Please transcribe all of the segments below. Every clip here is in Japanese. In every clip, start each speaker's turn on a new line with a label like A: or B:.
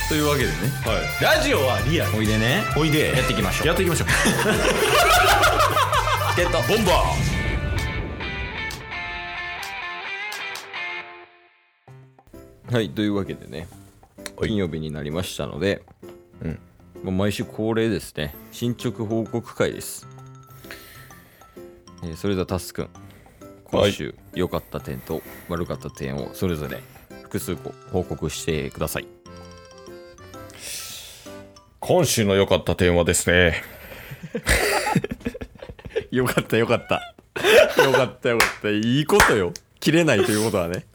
A: というわけでね、
B: はい、ラジオはリアル。
A: おいでね、
B: おいで
A: やっていきましょう。
B: やっていきましょう
A: ゲット
B: ボンバ
A: ー。はい、というわけでね、金曜日になりましたので、もう毎週恒例ですね、進捗報告会です。それではタスくん、今週良かった点と悪かった点をそれぞれ複数個報告してください。
B: 今週の良かった点はですね
A: よかったよかったよかったよかった、いいことよ。切れないということはね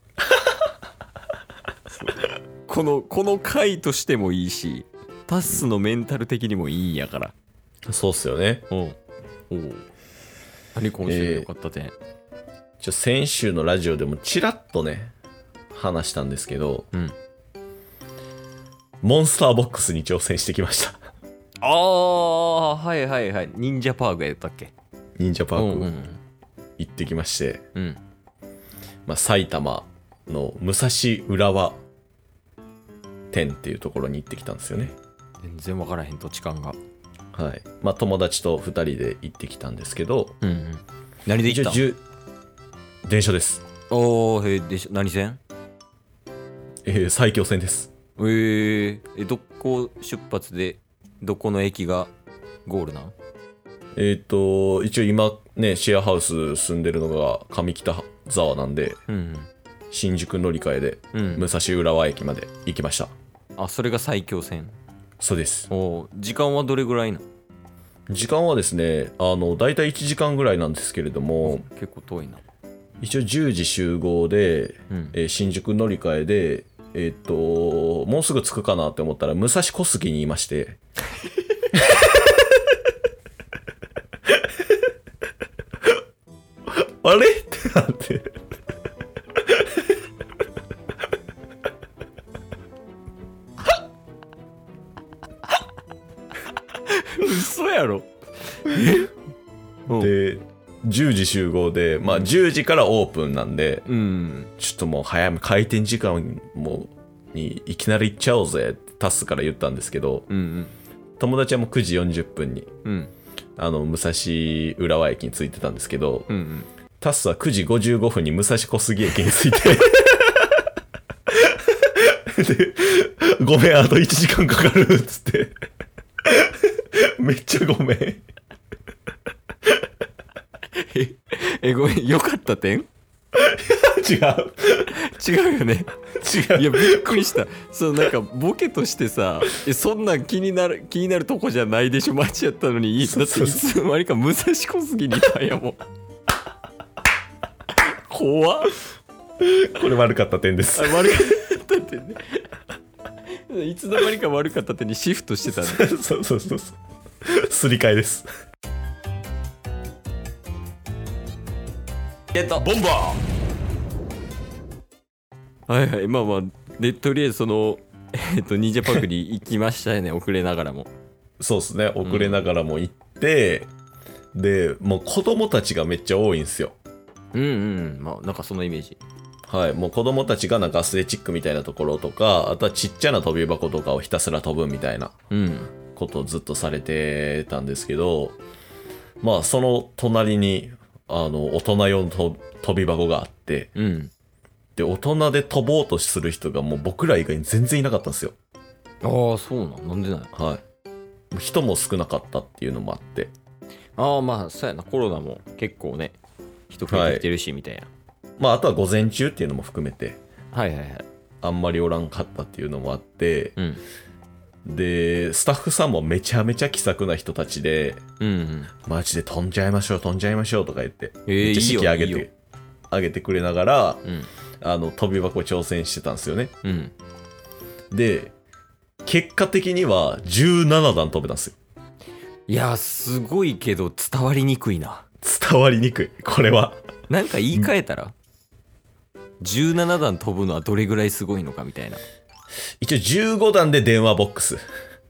A: この回としてもいいし、タスのメンタル的にもいいんやから。
B: そうっすよね。
A: おう何今週の良かった点。
B: 先週のラジオでもちらっとね話したんですけど、モンスターボックスに挑戦してきました。
A: ああ、はいはいはい。忍者パークやったっけ。
B: 忍者パーク行ってきまして、埼玉の武蔵浦和店っていうところに行ってきたんですよね。
A: 全然分からへん、土地勘が。
B: はい。友達と2人で行ってきたんですけど、
A: 何で行ったの？
B: 電車です。
A: おー、電車何線？
B: 埼京線です。
A: どこ出発でどこの駅がゴールなん？
B: 一応今ねシェアハウス住んでるのが上北沢なんで、新宿乗り換えで武蔵浦和駅まで行きました。
A: あ、それが埼京線。
B: そうです。
A: 時間はどれぐらいな？
B: 時間はですね、だいたい1時間ぐらいなんですけれども、
A: 結構遠いな。
B: 一応10時集合で、新宿乗り換えでもうすぐ着くかなって思ったら武蔵小杉にいましてあれってなって
A: 嘘やろ
B: で10時集合で、10時からオープンなんで、ちょっともう早め開店時間にいきなり行っちゃおうぜってタスから言ったんですけど、友達はもう9時40分に、武蔵浦和駅に着いてたんですけど、タスは9時55分に武蔵小杉駅に着いてでごめんあと1時間かかるっつってめっちゃごめん
A: ごめん、よかった点？
B: 違
A: うよね。
B: 違う。
A: いや、びっくりした。なんかボケとしてさ、そんなん気になるとこじゃないでしょ、街やったのに。だっていつの間にか武蔵小杉にいたんやもん。怖っ。
B: これ悪かった点です。
A: 悪かった点ね。いつの間にか悪かった点にシフトしてたんだ。
B: そうすり替えです。
A: ボンバー。はいはい、でとりあえず忍者パークに行きましたよね。遅れながらも。
B: そうですね、遅れながらも行って、でもう子供たちがめっちゃ多いんですよ。
A: なんかそのイメージ。
B: はい、もう子供たちがなんかアスレチックみたいなところとか、あとはちっちゃな飛び箱とかをひたすら飛ぶみたいなことをずっとされてたんですけど、その隣に大人用の飛び箱があって、で大人で飛ぼうとする人がもう僕ら以外に全然いなかったんですよ。
A: ああ、そうなんでない？
B: はい。人も少なかったっていうのもあって。
A: そうやな、コロナも結構ね人増えてきてるし、みたいな。
B: あとは午前中っていうのも含めて、
A: はいはいはい、
B: あんまりおらんかったっていうのもあって、でスタッフさんもめちゃめちゃ気さくな人たちで、マジで飛んじゃいましょうとか言って、めっちゃ式上げてくれながら、飛び箱挑戦してたんですよね。で結果的には17段飛べたんですよ。
A: いやすごいけど伝わりにくいな。
B: 伝わりにくい、これは。
A: なんか言い換えたら、17段飛ぶのはどれぐらいすごいのかみたいな。
B: 一応15段で電話ボックス。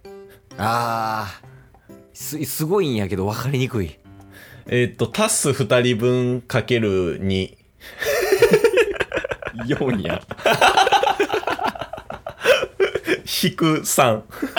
A: すごいんやけど分かりにくい。
B: タス2人分かける2。
A: 4や。
B: 引く3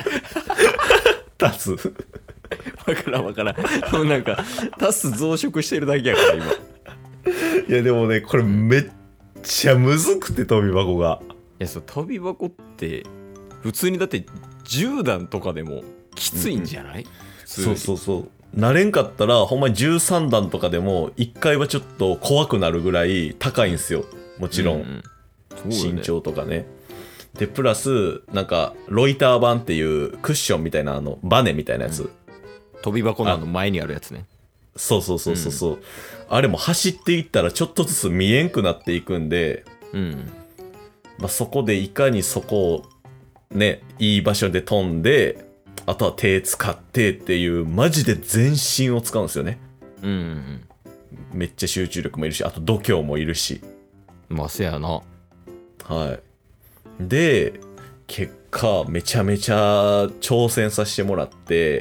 B: 足す。
A: わからん。もうなんかタス増殖してるだけやから今。い
B: やでもねこれめっちゃむずくて飛び箱が。
A: いやそう飛び箱って普通にだって10段とかでもきついんじゃない？
B: そうそうそう。慣れんかったらほんまに13段とかでも1回はちょっと怖くなるぐらい高いんですよ。もちろん、身長とかね。でプラスなんかロイター板っていうクッションみたいなバネみたいなやつ、
A: 飛び箱の前にあるやつね。
B: そうそうそうそうそう、あれも走っていったらちょっとずつ見えんくなっていくんで、まあ、そこでいかにそこをねいい場所で飛んで、あとは手使ってっていうマジで全身を使うんですよね。めっちゃ集中力もいるし、あと度胸もいるし。
A: まあせやな。
B: はい。で結果めちゃめちゃ挑戦させてもらって、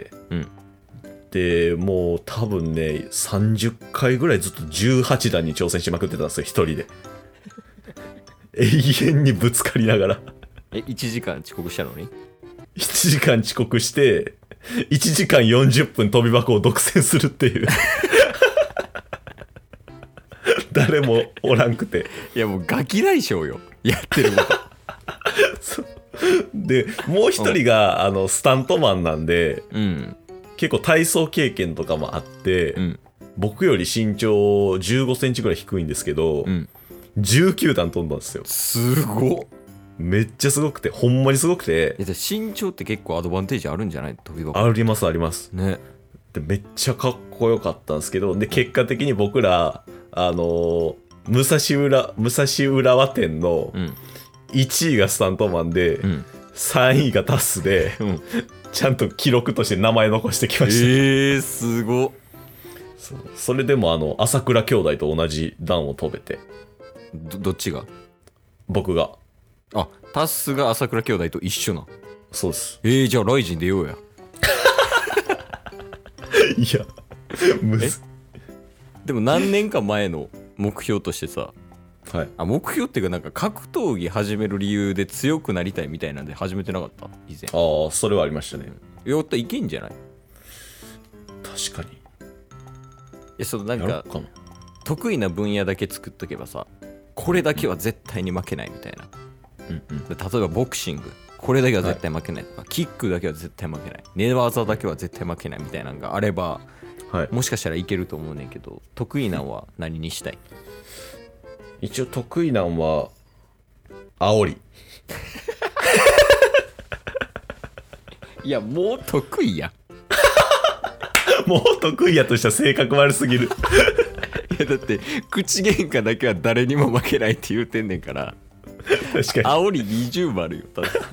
B: でもう多分ね30回ぐらいずっと18段に挑戦しまくってたんですよ、一人で。永遠にぶつかりながら。
A: 1時間遅刻したのに
B: 1時間遅刻して1時間40分飛び箱を独占するっていう誰もおらんくて。
A: いやもうガキ大将よやってること
B: でもう一人がスタントマンなんで、結構体操経験とかもあって、僕より身長15センチぐらい低いんですけど、19段飛んだんですよ。
A: すごっ。
B: めっちゃすごくて、ほんまにすごくて。
A: 身長って結構アドバンテージあるんじゃない？飛び箱。
B: ありますあります
A: ね。
B: でめっちゃかっこよかったんですけど、で結果的に僕ら武蔵浦和店の1位がスタントマンで、3位がタスで、ちゃんと記録として名前残してきました。
A: すごっ。
B: それでも朝倉兄弟と同じ段を飛べて。
A: どっちが？
B: 僕が。
A: あ、タスが朝倉兄弟と一緒な。
B: そうです。
A: じゃあライジン出ようや。
B: いやむず
A: でも何年か前の目標としてさ、目標っていうかなんか格闘技始める理由で強くなりたいみたいなんで始めてなかった？以前。
B: ああ、それはありましたね。
A: やったらいけんじゃない？
B: 確かに。
A: なんか得意な分野だけ作っとけばさ、これだけは絶対に負けないみたいな。例えばボクシング、これだけは絶対負けないとか、キックだけは絶対負けない、寝技だけは絶対負けないみたいなのがあれば、もしかしたらいけると思うねんけど、得意なんは何にしたい？
B: 一応得意なんは煽り。
A: いやもう得意や
B: もう得意やとしたら性格悪すぎる。
A: いやだって口喧嘩だけは誰にも負けないって言うてんねんから。
B: 確かに
A: 煽り20もあるよ。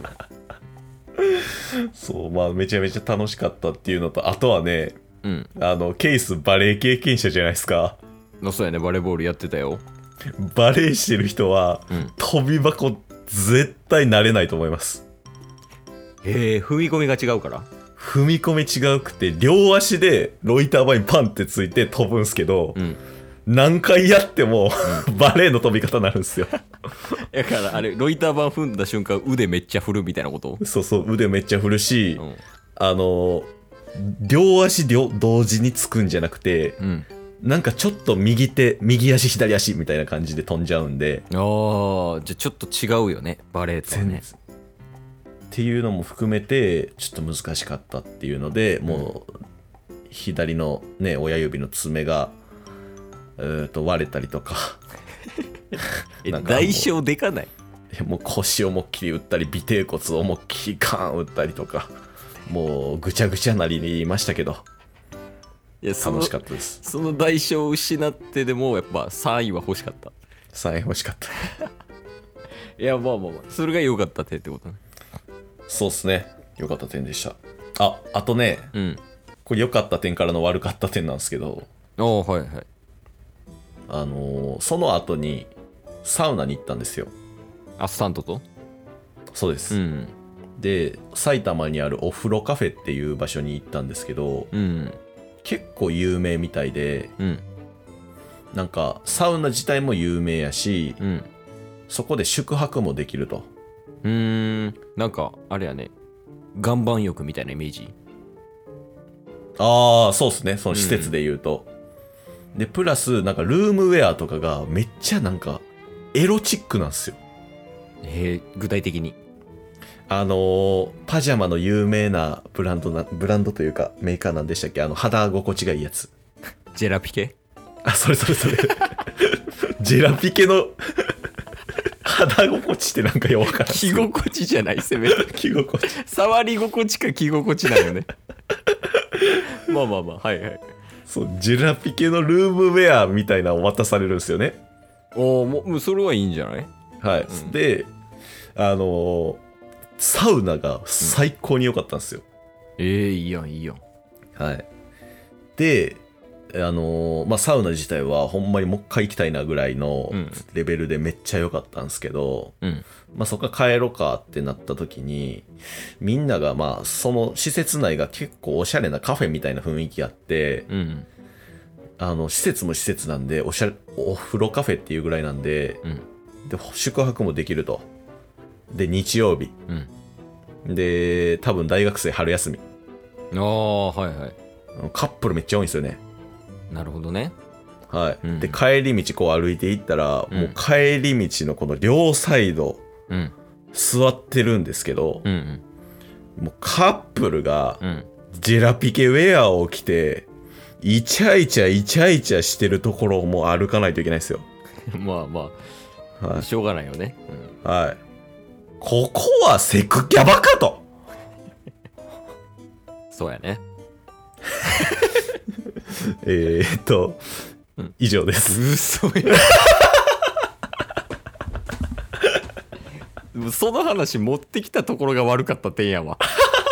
B: そう、まあめちゃめちゃ楽しかったっていうのと、あとはね、ケイスバレー経験者じゃないですか。
A: そうやね、バレーボールやってたよ。
B: バレーしてる人は、飛び箱絶対慣れないと思います。
A: 踏み込みが違うから？
B: 踏み込み違うくて、両足でロイター板にパンってついて飛ぶんすけど、何回やっても、バレーの飛び方になるんですよ。
A: だからあれロイター板踏んだ瞬間腕めっちゃ振るみたいなこと？
B: そうそう、腕めっちゃ振るし、両足同時につくんじゃなくて、なんかちょっと右足左足みたいな感じで飛んじゃうんで。
A: じゃあちょっと違うよね、バレーとね。
B: っていうのも含めてちょっと難しかったっていうので、もう左のね親指の爪が割れたりとか。
A: なんか代償でかない？
B: もう腰を思いっきり打ったり、尾てい骨を思いっきりカーン打ったりとか、もうぐちゃぐちゃなりましたけど、楽しかったです。
A: その代償を失ってでもやっぱ3位は欲しかった。
B: 3位欲しかった。
A: いやまあそれが良かった点ってことね。
B: そうっすね、良かった点でした。あとね、これ良かった点からの悪かった点なんですけど、その後にサウナに行ったんですよ。
A: スタントと？
B: そうです、で埼玉にあるお風呂カフェっていう場所に行ったんですけど、結構有名みたいで、なんかサウナ自体も有名やし、そこで宿泊もできると。
A: なんかあれやね、岩盤浴みたいなイメージ。
B: ああ、そうっすね、その施設で言うと、でプラスなんかルームウェアとかがめっちゃなんかエロチックなんですよ。
A: 具体的に
B: パジャマの有名なブランドというかメーカーなんでしたっけ、肌心地がいいやつ。
A: ジェラピケ。
B: あ、それジェラピケの肌心地ってなんかよくわからん。
A: 着心地じゃない、せめて
B: 着心地、
A: 触り心地か着心地なよね。まあまあまあ、はいはい。
B: そう、ジェラピケのルームウェアみたいなのを渡されるんですよね。
A: もうそれはいいんじゃない？
B: はい、でサウナが最高に良かったんですよ。
A: いいやんいいやん。
B: はい。でサウナ自体はほんまにもう一回行きたいなぐらいのレベルでめっちゃ良かったんですけど、そこから帰ろうかってなった時に、みんながその施設内が結構おしゃれなカフェみたいな雰囲気あって、施設も施設なんでお風呂カフェっていうぐらいなんで、で宿泊もできると。で日曜日、で多分大学生春休み。
A: はいはい。
B: カップルめっちゃ多いんですよね。
A: なるほどね。
B: はい。で帰り道こう歩いていったら、もう帰り道のこの両サイド、座ってるんですけど、もうカップルがジェラピケウェアを着てイチャイチャしてるところをもう歩かないといけないですよ。
A: まあまあ、はい、しょうがないよね。
B: はい。ここはセクキャバかと。
A: そうやね。
B: 以上です。
A: 嘘や。その話持ってきたところが悪かった点やわ。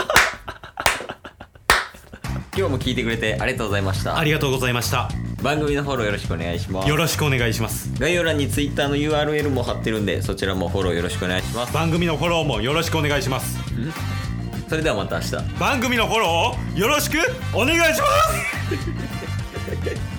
A: 今日も聞いてくれてありがとうございました。
C: ありがとうございました。
A: 番組のフォローよろしくお願いします。
C: よろしくお願いします。
A: 概要欄に Twitter の URL も貼ってるんで、そちらもフォローよろしくお願いします。
C: 番組のフォローもよろしくお願いします。
A: それではまた明日。
C: 番組のフォローをよろしくお願いします。